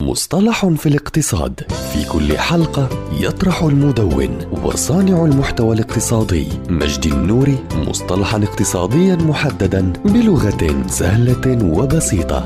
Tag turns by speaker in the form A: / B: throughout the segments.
A: مصطلح في الاقتصاد. في كل حلقة يطرح المدون وصانع المحتوى الاقتصادي مجدي النوري مصطلحا اقتصاديا محددا بلغة سهلة وبسيطة.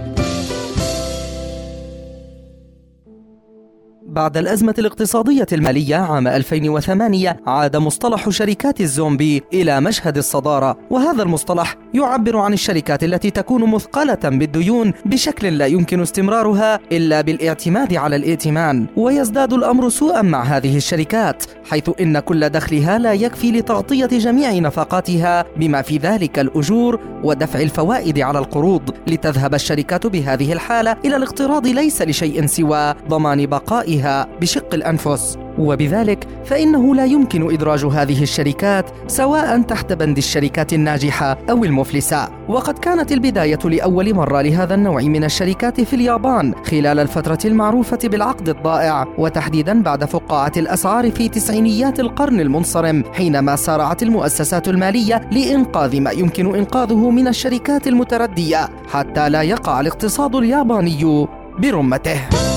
B: بعد الأزمة الاقتصادية المالية عام 2008 عاد مصطلح شركات الزومبي إلى مشهد الصدارة، وهذا المصطلح يعبر عن الشركات التي تكون مثقلة بالديون بشكل لا يمكن استمرارها إلا بالاعتماد على الائتمان، ويزداد الأمر سوءا مع هذه الشركات حيث إن كل دخلها لا يكفي لتغطية جميع نفقاتها بما في ذلك الأجور ودفع الفوائد على القروض، لتذهب الشركات بهذه الحالة إلى الاقتراض ليس لشيء سوى ضمان بقائها بشق الأنفس، وبذلك فإنه لا يمكن إدراج هذه الشركات سواء تحت بند الشركات الناجحة أو المفلسة. وقد كانت البداية لأول مرة لهذا النوع من الشركات في اليابان خلال الفترة المعروفة بالعقد الضائع، وتحديدا بعد فقاعة الأسعار في تسعينيات القرن المنصرم، حينما سارعت المؤسسات المالية لإنقاذ ما يمكن إنقاذه من الشركات المتردية حتى لا يقع الاقتصاد الياباني برمته.